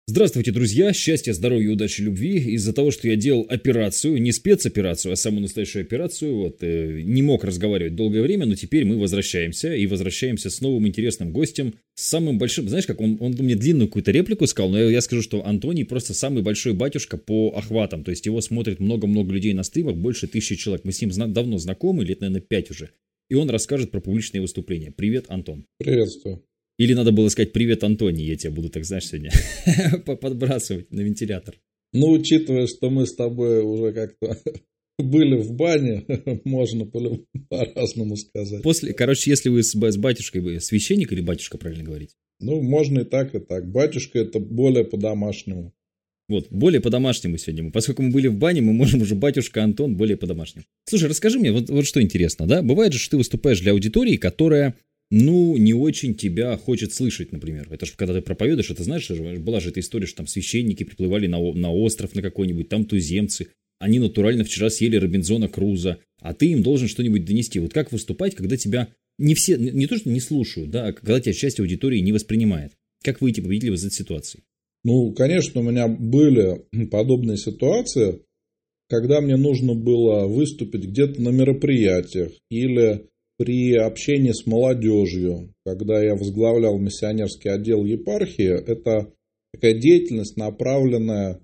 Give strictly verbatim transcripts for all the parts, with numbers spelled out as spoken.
Здравствуйте, друзья! Счастья, здоровья, удачи, любви. Из-за того, что я делал операцию, не спецоперацию, а самую настоящую операцию, вот, э, не мог разговаривать долгое время, но теперь мы возвращаемся, и возвращаемся с новым интересным гостем, с самым большим, знаешь как, он, он мне длинную какую-то реплику сказал, но я, я скажу, что Антоний просто самый большой батюшка по охватам, то есть его смотрит много-много людей на стримах, больше тысячи человек. Мы с ним зна- давно знакомы, лет, наверное, пять уже, и он расскажет про публичные выступления. Привет, Антон. Приветствую. Или надо было сказать «Привет, Антоний», я тебя буду, так знаешь, сегодня подбрасывать на вентилятор. Ну, учитывая, что мы с тобой уже как-то были в бане, можно по-разному сказать. После, короче, если вы с, с батюшкой, вы священник или батюшка, правильно говорить? Ну, можно и так, и так. Батюшка — это более по-домашнему. Вот, более по-домашнему сегодня. Поскольку мы были в бане, мы можем уже батюшка Антон более по-домашнему. Слушай, расскажи мне, вот, вот что интересно, да? Бывает же, что ты выступаешь для аудитории, которая... ну, не очень тебя хочет слышать, например. Это же, когда ты проповедуешь, это знаешь, была же эта история, что там священники приплывали на, на остров на какой-нибудь, там туземцы, они натурально вчера съели Робинзона Круза, а ты им должен что-нибудь донести. Вот как выступать, когда тебя не все, не то, что не слушают, да, а когда тебя часть аудитории не воспринимает? Как выйти победителем из этой ситуации? Ну, конечно, у меня были подобные ситуации, когда мне нужно было выступить где-то на мероприятиях или при общении с молодежью, когда я возглавлял миссионерский отдел епархии. Это такая деятельность, направленная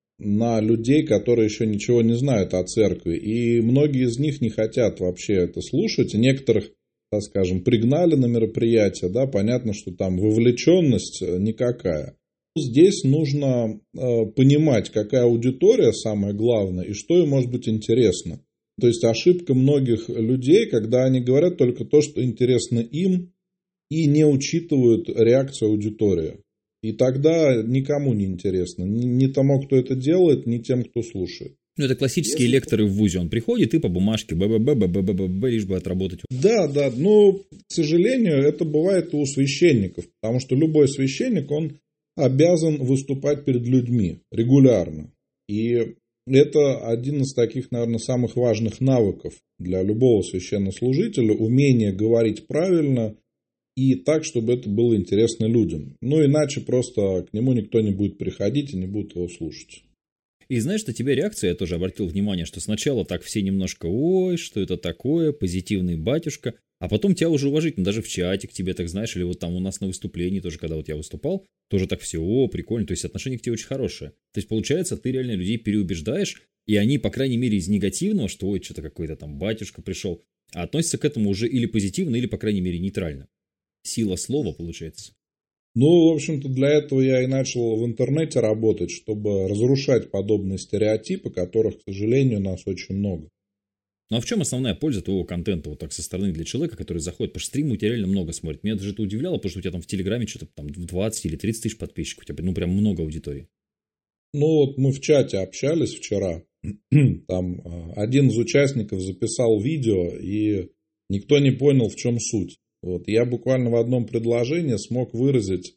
на людей, которые еще ничего не знают о церкви. И многие из них не хотят вообще это слушать. И некоторых, так скажем, пригнали на мероприятие. Да, понятно, что там вовлеченность никакая. Здесь нужно э, понимать, какая аудитория самое главное и что им может быть интересно. То есть ошибка многих людей, когда они говорят только то, что интересно им, и не учитывают реакцию аудитории. И тогда никому не интересно. Ни, ни тому, кто это делает, ни тем, кто слушает. Ну, это классические Если... лекторы в вузе. Он приходит и по бумажке б-б-б-б-б-б-б, лишь бы отработать. Да, да. Но, к сожалению, это бывает и у священников. Потому что любой священник, он обязан выступать перед людьми регулярно. И это один из таких, наверное, самых важных навыков для любого священнослужителя. Умение говорить правильно и так, чтобы это было интересно людям. Ну, иначе просто к нему никто не будет приходить и не будет его слушать. И знаешь, на тебя реакция, я тоже обратил внимание, что сначала так все немножко «Ой, что это такое? Позитивный батюшка». А потом тебя уже уважительно, даже в чате к тебе, так знаешь, или вот там у нас на выступлении тоже, когда вот я выступал, тоже так все, о, прикольно, то есть отношение к тебе очень хорошее. То есть получается, ты реально людей переубеждаешь, и они, по крайней мере, из негативного, что ой, что-то какой-то там батюшка пришел, а относятся к этому уже или позитивно, или, по крайней мере, нейтрально. Сила слова, получается. Ну, в общем-то, для этого я и начал в интернете работать, чтобы разрушать подобные стереотипы, которых, к сожалению, у нас очень много. Ну а в чем основная польза твоего контента вот так со стороны для человека, который заходит по стриму, у тебя реально много смотрит? Меня даже это удивляло, потому что у тебя там в Телеграме что-то там двадцать или тридцать тысяч подписчиков, у тебя ну прям много аудитории. Ну вот мы в чате общались вчера, там один из участников записал видео, и никто не понял, в чем суть. Вот я буквально в одном предложении смог выразить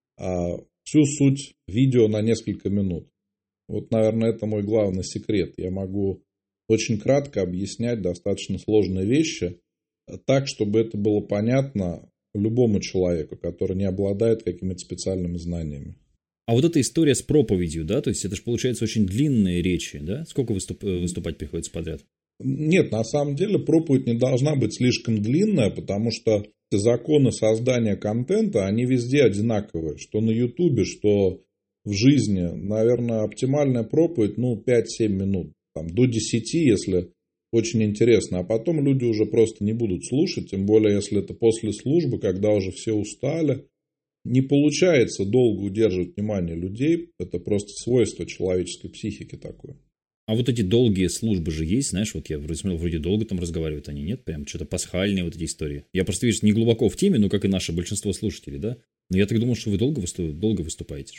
а, всю суть видео на несколько минут. Вот, наверное, это мой главный секрет. Я могу очень кратко объяснять достаточно сложные вещи так, чтобы это было понятно любому человеку, который не обладает какими-то специальными знаниями. А вот эта история с проповедью, да, то есть это же получается очень длинные речи, да? Сколько выступ... выступать приходится подряд? Нет, на самом деле проповедь не должна быть слишком длинная, потому что законы создания контента, они везде одинаковые, что на Ютубе, что в жизни. Наверное, оптимальная проповедь, ну, пять-семь минут. Там, до десяти, если очень интересно. А потом люди уже просто не будут слушать, тем более, если это после службы, когда уже все устали. Не получается долго удерживать внимание людей. Это просто свойство человеческой психики такое. А вот эти долгие службы же есть, знаешь, вот я вроде смотрел, вроде долго там разговаривают, они нет, прям что-то пасхальные вот эти истории. Я просто, видишь, не глубоко в теме, ну, как и наше большинство слушателей, да? Но я так думал, что вы долго, выступ... долго выступаете.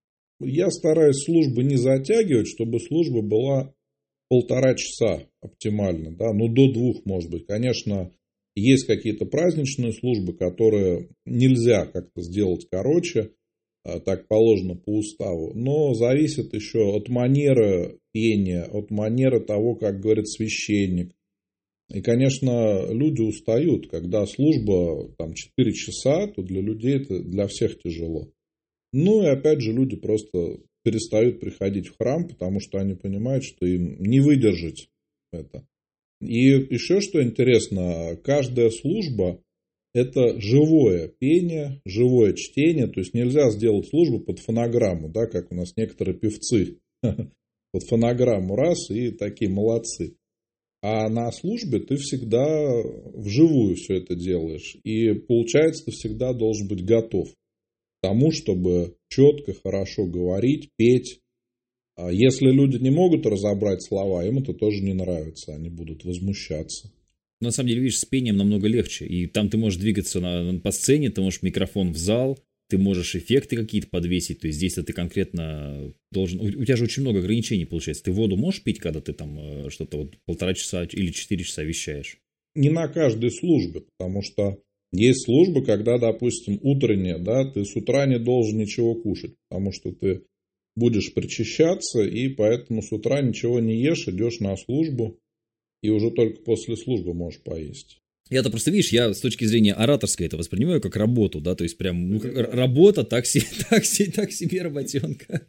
Я стараюсь службы не затягивать, чтобы служба была полтора часа оптимально, да, ну, до двух, может быть. Конечно, есть какие-то праздничные службы, которые нельзя как-то сделать короче, так положено по уставу, но зависит еще от манеры пения, от манеры того, как говорит священник. И, конечно, люди устают, когда служба там четыре часа, то для людей это для всех тяжело. Ну и опять же люди просто перестают приходить в храм, потому что они понимают, что им не выдержать это. И еще что интересно, каждая служба – это живое пение, живое чтение, то есть нельзя сделать службу под фонограмму, да, как у нас некоторые певцы под фонограмму раз и такие молодцы. А на службе ты всегда вживую все это делаешь. И получается, ты всегда должен быть готов к тому, чтобы четко, хорошо говорить, петь. А если люди не могут разобрать слова, им это тоже не нравится, они будут возмущаться. Но на самом деле, видишь, с пением намного легче. И там ты можешь двигаться на, по сцене, ты можешь микрофон в зал, ты можешь эффекты какие-то подвесить. То есть здесь ты конкретно должен... У, у тебя же очень много ограничений получается. Ты воду можешь пить, когда ты там э, что-то вот полтора часа или четыре часа вещаешь? Не на каждой службе, потому что есть службы, когда, допустим, утренняя, да, ты с утра не должен ничего кушать, потому что ты будешь причащаться, и поэтому с утра ничего не ешь, идешь на службу, и уже только после службы можешь поесть. Я-то просто, видишь, я с точки зрения ораторской это воспринимаю как работу, да, то есть прям ну, работа, так себе, так себе, так себе работенка.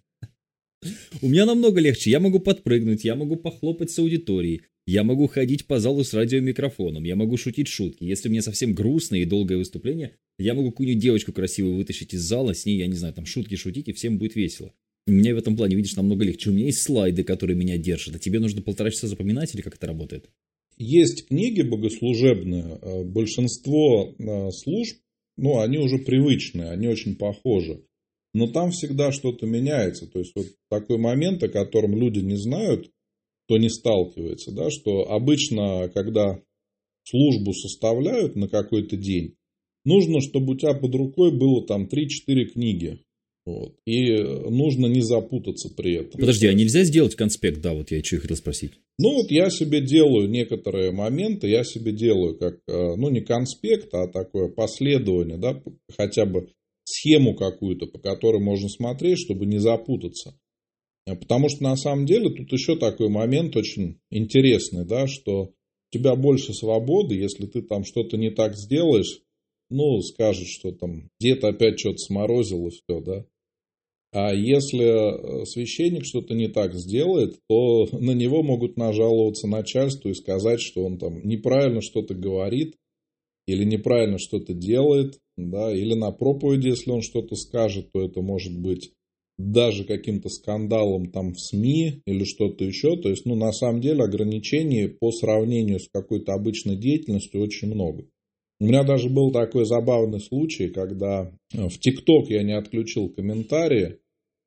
У меня намного легче, я могу подпрыгнуть, я могу похлопать с аудиторией, я могу ходить по залу с радиомикрофоном, я могу шутить шутки. Если мне совсем грустное и долгое выступление, я могу какую-нибудь девочку красивую вытащить из зала, с ней, я не знаю, там шутки шутить, и всем будет весело. У меня в этом плане, видишь, намного легче. У меня есть слайды, которые меня держат, а тебе нужно полтора часа запоминать или как это работает? Есть книги богослужебные, большинство служб, ну, они уже привычные, они очень похожи. Но там всегда что-то меняется. То есть, вот такой момент, о котором люди не знают, кто не сталкивается, да, что обычно, когда службу составляют на какой-то день, нужно, чтобы у тебя под рукой было там три-четыре книги. Вот. И нужно не запутаться при этом. Подожди, а нельзя сделать конспект? Да, вот я что хотел спросить. Ну, вот я себе делаю некоторые моменты, я себе делаю как, ну, не конспект, а такое последование, да, хотя бы схему какую-то, по которой можно смотреть, чтобы не запутаться. Потому что на самом деле тут еще такой момент очень интересный, да, что у тебя больше свободы, если ты там что-то не так сделаешь, ну, скажешь, что там где-то опять что-то сморозил и все, да. А если священник что-то не так сделает, то на него могут нажаловаться начальству и сказать, что он там неправильно что-то говорит или неправильно что-то делает, да, или на проповеди, если он что-то скажет, то это может быть даже каким-то скандалом там в СМИ или что-то еще. То есть, ну, на самом деле ограничений по сравнению с какой-то обычной деятельностью очень много. У меня даже был такой забавный случай, когда в ТикТок я не отключил комментарии,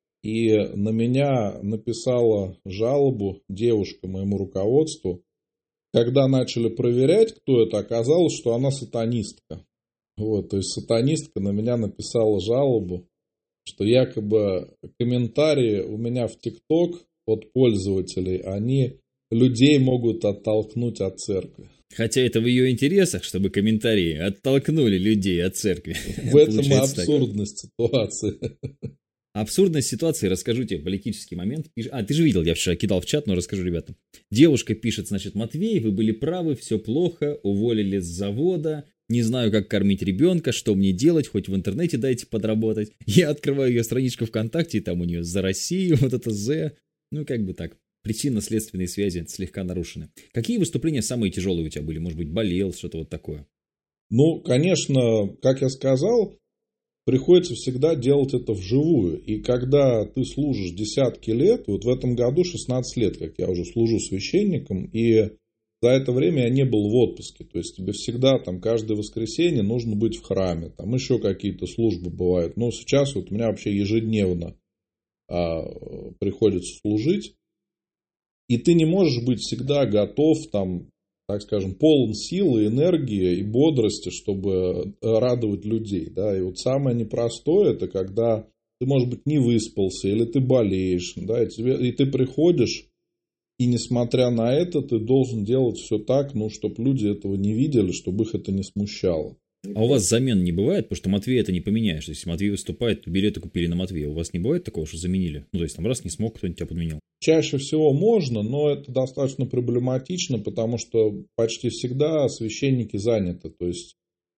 и на меня написала жалобу девушка моему руководству. Когда начали проверять, кто это, оказалось, что она сатанистка. Вот, то есть сатанистка на меня написала жалобу, что якобы комментарии у меня в ТикТок от пользователей, они людей могут оттолкнуть от церкви. Хотя это в ее интересах, чтобы комментарии оттолкнули людей от церкви. В этом и абсурдность ситуации. Абсурдность ситуации, расскажу тебе политический момент. А, ты же видел, я вчера кидал в чат, но расскажу ребятам. Девушка пишет, значит, Матвей, вы были правы, все плохо, уволили с завода, не знаю, как кормить ребенка, что мне делать, хоть в интернете дайте подработать. Я открываю ее страничку ВКонтакте, и там у нее «За Россию», вот это «З». Ну, как бы так. Причинно-следственные связи слегка нарушены. Какие выступления самые тяжелые у тебя были? Может быть, болел, что-то вот такое? Ну, конечно, как я сказал, приходится всегда делать это вживую. И когда ты служишь десятки лет, вот в этом году шестнадцать лет, как я уже служу священником, и за это время я не был в отпуске. То есть тебе всегда там каждое воскресенье нужно быть в храме. Там еще какие-то службы бывают. Но сейчас вот у меня вообще ежедневно а, приходится служить. И ты не можешь быть всегда готов, там, так скажем, полон силы, энергии и бодрости, чтобы радовать людей. Да? И вот самое непростое, это когда ты, может быть, не выспался, или ты болеешь, да? и, тебе, и ты приходишь, и несмотря на это, ты должен делать все так, ну, чтобы люди этого не видели, чтобы их это не смущало. А у вас замен не бывает? Потому что Матвея это не поменяешь. Если Матвей выступает, то билеты купили на Матвея. У вас не бывает такого, что заменили? Ну, то есть, там раз не смог, кто-нибудь тебя подменил. Чаще всего можно, но это достаточно проблематично, потому что почти всегда священники заняты. То есть,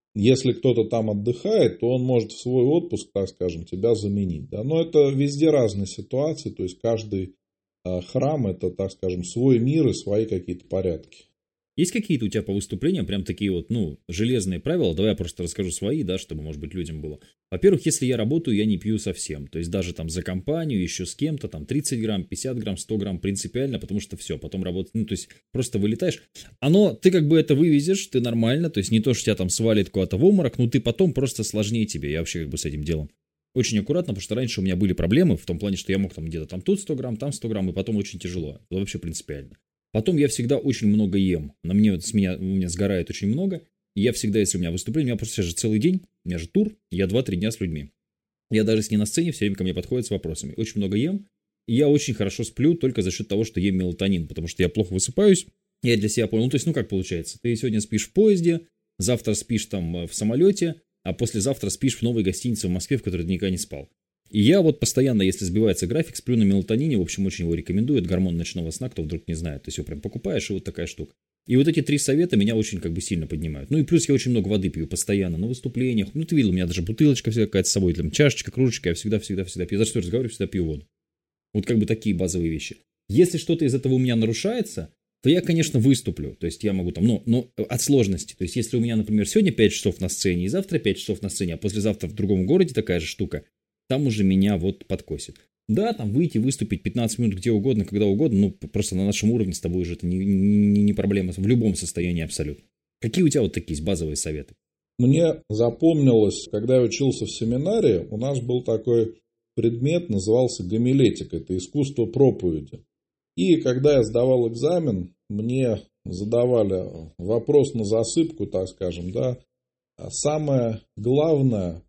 если кто-то там отдыхает, то он может в свой отпуск, так скажем, тебя заменить. Да? Но это везде разные ситуации, то есть каждый э, храм это, так скажем, свой мир и свои какие-то порядки. Есть какие-то у тебя по выступлениям прям такие вот, ну, железные правила? Давай я просто расскажу свои, да, чтобы, может быть, людям было. Во-первых, если я работаю, я не пью совсем. То есть даже там за компанию, еще с кем-то, там тридцать грамм, пятьдесят грамм, сто грамм принципиально, потому что все, потом работать, ну, то есть просто вылетаешь. Оно, ты как бы это вывезешь, ты нормально, то есть не то, что тебя там свалит куда-то в обморок, но ты потом просто сложнее тебе. Я вообще как бы с этим делом очень аккуратно, потому что раньше у меня были проблемы в том плане, что я мог там где-то там тут сто грамм, там сто грамм, и потом очень тяжело. Это вообще принципиально. Потом я всегда очень много ем. На мне, с меня, у меня сгорает очень много. И я всегда, если у меня выступление, у меня просто же целый день, у меня же тур, я два-три дня с людьми. Я даже если не на сцене, все время ко мне подходят с вопросами. Очень много ем. И я очень хорошо сплю только за счет того, что ем мелатонин, потому что я плохо высыпаюсь. Я для себя понял, ну то есть, ну как получается? Ты сегодня спишь в поезде, завтра спишь там в самолете, а послезавтра спишь в новой гостинице в Москве, в которой ты никогда не спал. И я вот постоянно, если сбивается график, сплю на мелатонине, в общем, очень его рекомендую, это гормон ночного сна, кто вдруг не знает, ты все прям покупаешь, и вот такая штука. И вот эти три совета меня очень как бы сильно поднимают. Ну и плюс я очень много воды пью постоянно на выступлениях, ну ты видел, у меня даже бутылочка всегда какая-то с собой, там чашечка, кружечка, я всегда-всегда-всегда пью, за что я разговариваю, всегда пью воду. Вот как бы такие базовые вещи. Если что-то из этого у меня нарушается, то я, конечно, выступлю, то есть я могу там, ну, ну, от сложности, то есть если у меня, например, сегодня пять часов на сцене, и завтра пять часов на сцене, а послезавтра в другом городе такая же штука, там уже меня вот подкосит. Да, там выйти, выступить пятнадцать минут где угодно, когда угодно, ну, просто на нашем уровне с тобой уже это не, не, не проблема, в любом состоянии абсолютно. Какие у тебя вот такие базовые советы? Мне запомнилось, когда я учился в семинаре, у нас был такой предмет, назывался гомилетика, это искусство проповеди. И когда я сдавал экзамен, мне задавали вопрос на засыпку, так скажем, да, самое главное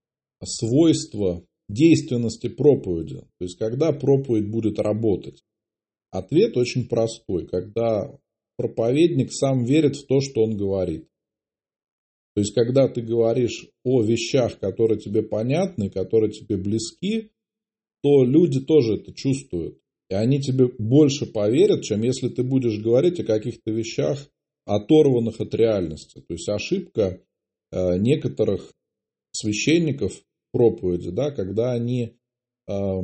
свойство действенности проповеди. То есть, когда проповедь будет работать. Ответ очень простой. Когда проповедник сам верит в то, что он говорит. То есть, когда ты говоришь о вещах, которые тебе понятны, которые тебе близки, то люди тоже это чувствуют. И они тебе больше поверят, чем если ты будешь говорить о каких-то вещах, оторванных от реальности. То есть, ошибка некоторых священников проповеди, да, когда они э,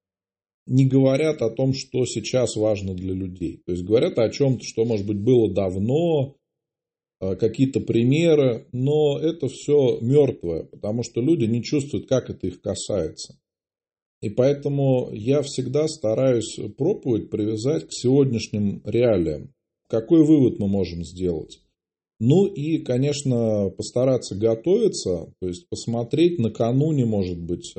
не говорят о том, что сейчас важно для людей. То есть говорят о чем-то, что, может быть, было давно, э, какие-то примеры, но это все мертвое, потому что люди не чувствуют, как это их касается. И поэтому я всегда стараюсь проповедь привязать к сегодняшним реалиям. Какой вывод мы можем сделать? Ну и, конечно, постараться готовиться, то есть посмотреть накануне, может быть,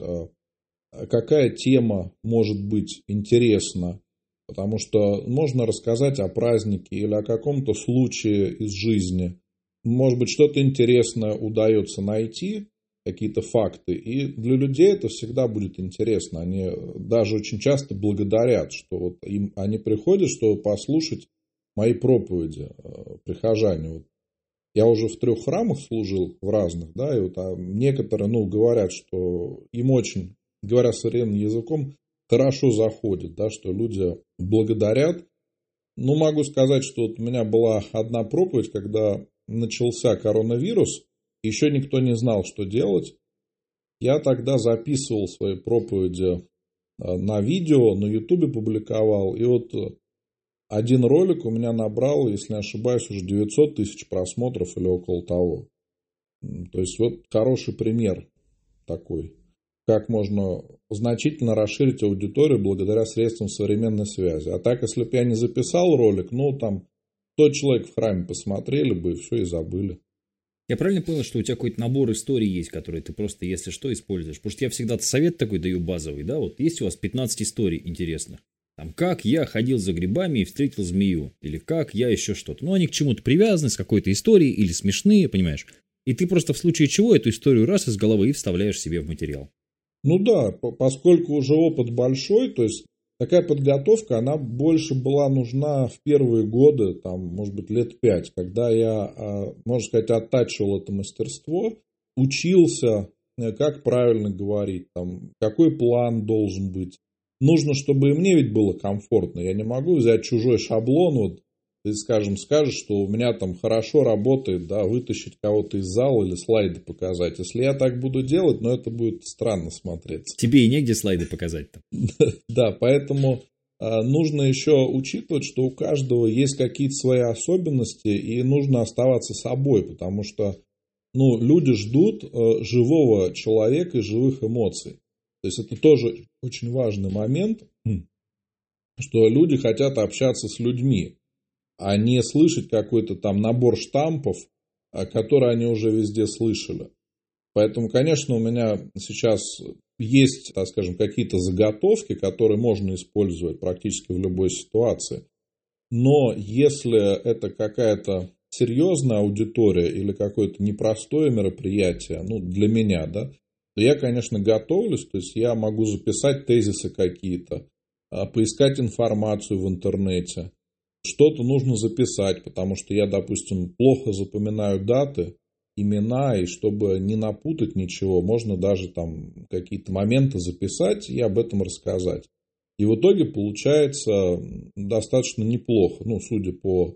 какая тема может быть интересна, потому что можно рассказать о празднике или о каком-то случае из жизни. Может быть, что-то интересное удается найти, какие-то факты, и для людей это всегда будет интересно. Они даже очень часто благодарят, что вот им, они приходят, чтобы послушать мои проповеди, прихожане. Вот я уже в трех храмах служил, в разных, да, и вот а некоторые, ну, говорят, что им очень, говоря современным языком, хорошо заходит, да, что люди благодарят. Ну, могу сказать, что вот у меня была одна проповедь, когда начался коронавирус, еще никто не знал, что делать. Я тогда записывал свои проповеди на видео, на ютубе публиковал, и вот один ролик у меня набрал, если не ошибаюсь, уже девятьсот тысяч просмотров или около того. То есть вот хороший пример такой. Как можно значительно расширить аудиторию благодаря средствам современной связи. А так, если бы я не записал ролик, ну там сто человек в храме посмотрели бы и все, и забыли. Я правильно понял, что у тебя какой-то набор историй есть, которые ты просто, если что, используешь? Потому что я всегда совет такой даю базовый, да, вот есть у вас пятнадцать историй интересных. Там, как я ходил за грибами и встретил змею. Или как я еще что-то. Ну, они к чему-то привязаны, с какой-то историей или смешные, понимаешь? И ты просто в случае чего эту историю раз из головы и вставляешь себе в материал. Ну да, поскольку уже опыт большой, то есть такая подготовка, она больше была нужна в первые годы, там, может быть, лет пять, когда я, можно сказать, оттачивал это мастерство, учился, как правильно говорить, там, какой план должен быть. Нужно, чтобы и мне ведь было комфортно. Я не могу взять чужой шаблон, вот ты, скажем, скажешь, что у меня там хорошо работает, да, вытащить кого-то из зала или слайды показать. Если я так буду делать, ну, это будет странно смотреться. Тебе и негде слайды показать-то. Да, поэтому нужно еще учитывать, что у каждого есть какие-то свои особенности, и нужно оставаться собой, потому что, ну, люди ждут живого человека и живых эмоций. То есть это тоже очень важный момент, что люди хотят общаться с людьми, а не слышать какой-то там набор штампов, которые они уже везде слышали. Поэтому, конечно, у меня сейчас есть, так скажем, какие-то заготовки, которые можно использовать практически в любой ситуации. Но если это какая-то серьезная аудитория или какое-то непростое мероприятие, ну, для меня, да, то я, конечно, готовлюсь, то есть я могу записать тезисы какие-то, поискать информацию в интернете. Что-то нужно записать, потому что я, допустим, плохо запоминаю даты, имена, и чтобы не напутать ничего, можно даже там какие-то моменты записать и об этом рассказать. И в итоге получается достаточно неплохо, ну, судя по,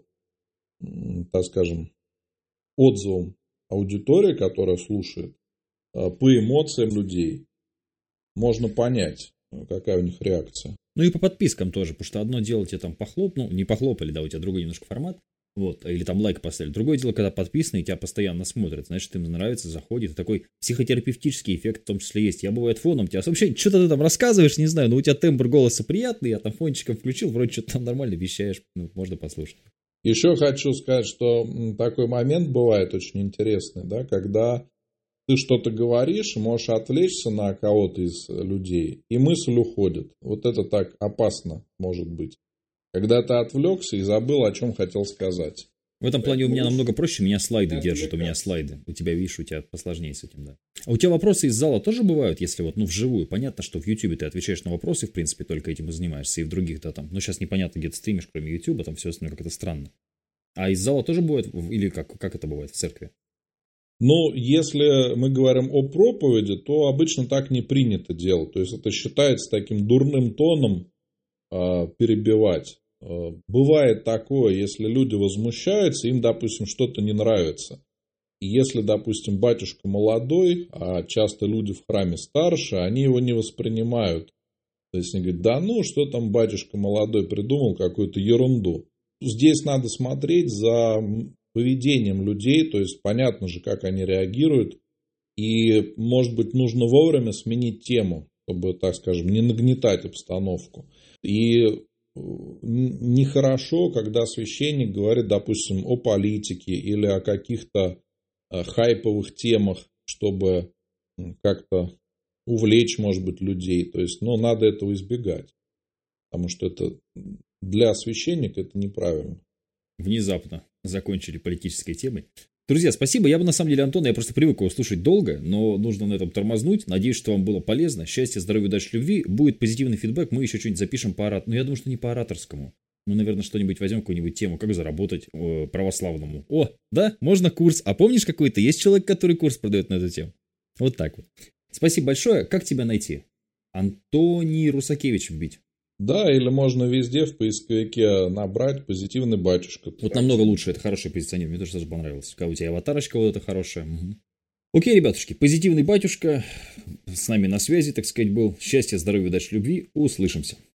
так скажем, отзывам аудитории, которая слушает, по эмоциям людей можно понять, какая у них реакция. Ну и по подпискам тоже, потому что одно дело тебе там похлоп, ну не похлопали, да, у тебя другой немножко формат, вот, или там лайк поставили. Другое дело, когда подписаны и тебя постоянно смотрят, значит, им нравится, заходит, и такой психотерапевтический эффект в том числе есть. Я бывает фоном тебя, вообще, что-то ты там рассказываешь, не знаю, но у тебя тембр голоса приятный, я там фончиком включил, вроде что-то там нормально вещаешь, ну, можно послушать. Еще хочу сказать, что такой момент бывает очень интересный, да, когда ты что-то говоришь, можешь отвлечься на кого-то из людей, и мысль уходит. Вот это так опасно может быть. Когда ты отвлекся и забыл, о чем хотел сказать. В этом плане у меня намного проще, меня слайды держат, у меня слайды. У тебя, видишь, у тебя посложнее с этим, да. А у тебя вопросы из зала тоже бывают, если вот, ну, вживую? Понятно, что в Ютубе ты отвечаешь на вопросы, в принципе, только этим и занимаешься, и в других, да, там, ну, сейчас непонятно, где ты стримишь, кроме Ютуба, там все остальное как-то странно. А из зала тоже бывает, или как, как это бывает в церкви? Ну, если мы говорим о проповеди, то обычно так не принято делать. То есть это считается таким дурным тоном э, перебивать. Э, бывает такое, если люди возмущаются, им, допустим, что-то не нравится. И если, допустим, батюшка молодой, а часто люди в храме старше, они его не воспринимают. То есть они говорят, да ну, что там батюшка молодой придумал, какую-то ерунду. Здесь надо смотреть за поведением людей, то есть понятно же, как они реагируют, и, может быть, нужно вовремя сменить тему, чтобы, так скажем, не нагнетать обстановку. И нехорошо, когда священник говорит, допустим, о политике или о каких-то хайповых темах, чтобы как-то увлечь, может быть, людей. То есть, ну, надо этого избегать, потому что это для священника это неправильно. Внезапно закончили политической темой. Друзья, спасибо. Я бы на самом деле, Антон, я просто привык его слушать долго, но нужно на этом тормознуть. Надеюсь, что вам было полезно. Счастья, здоровья, удачи, любви. Будет позитивный фидбэк. Мы еще что-нибудь запишем по ораторскому. Но я думаю, что не по ораторскому. Мы, наверное, что-нибудь возьмем, какую-нибудь тему, как заработать э, православному. О, да, можно курс. А помнишь какой-то? Есть человек, который курс продает на эту тему. Вот так вот. Спасибо большое. Как тебя найти? Антоний Русакевич вбить. Да, или можно везде в поисковике набрать «Позитивный батюшка». Вот намного лучше, это хорошее позиционирование, мне тоже даже понравилось. Когда у тебя аватарочка вот эта хорошая. Угу. Окей, ребятушки, позитивный батюшка с нами на связи, так сказать, был. Счастья, здоровья, удачи, любви. Услышимся.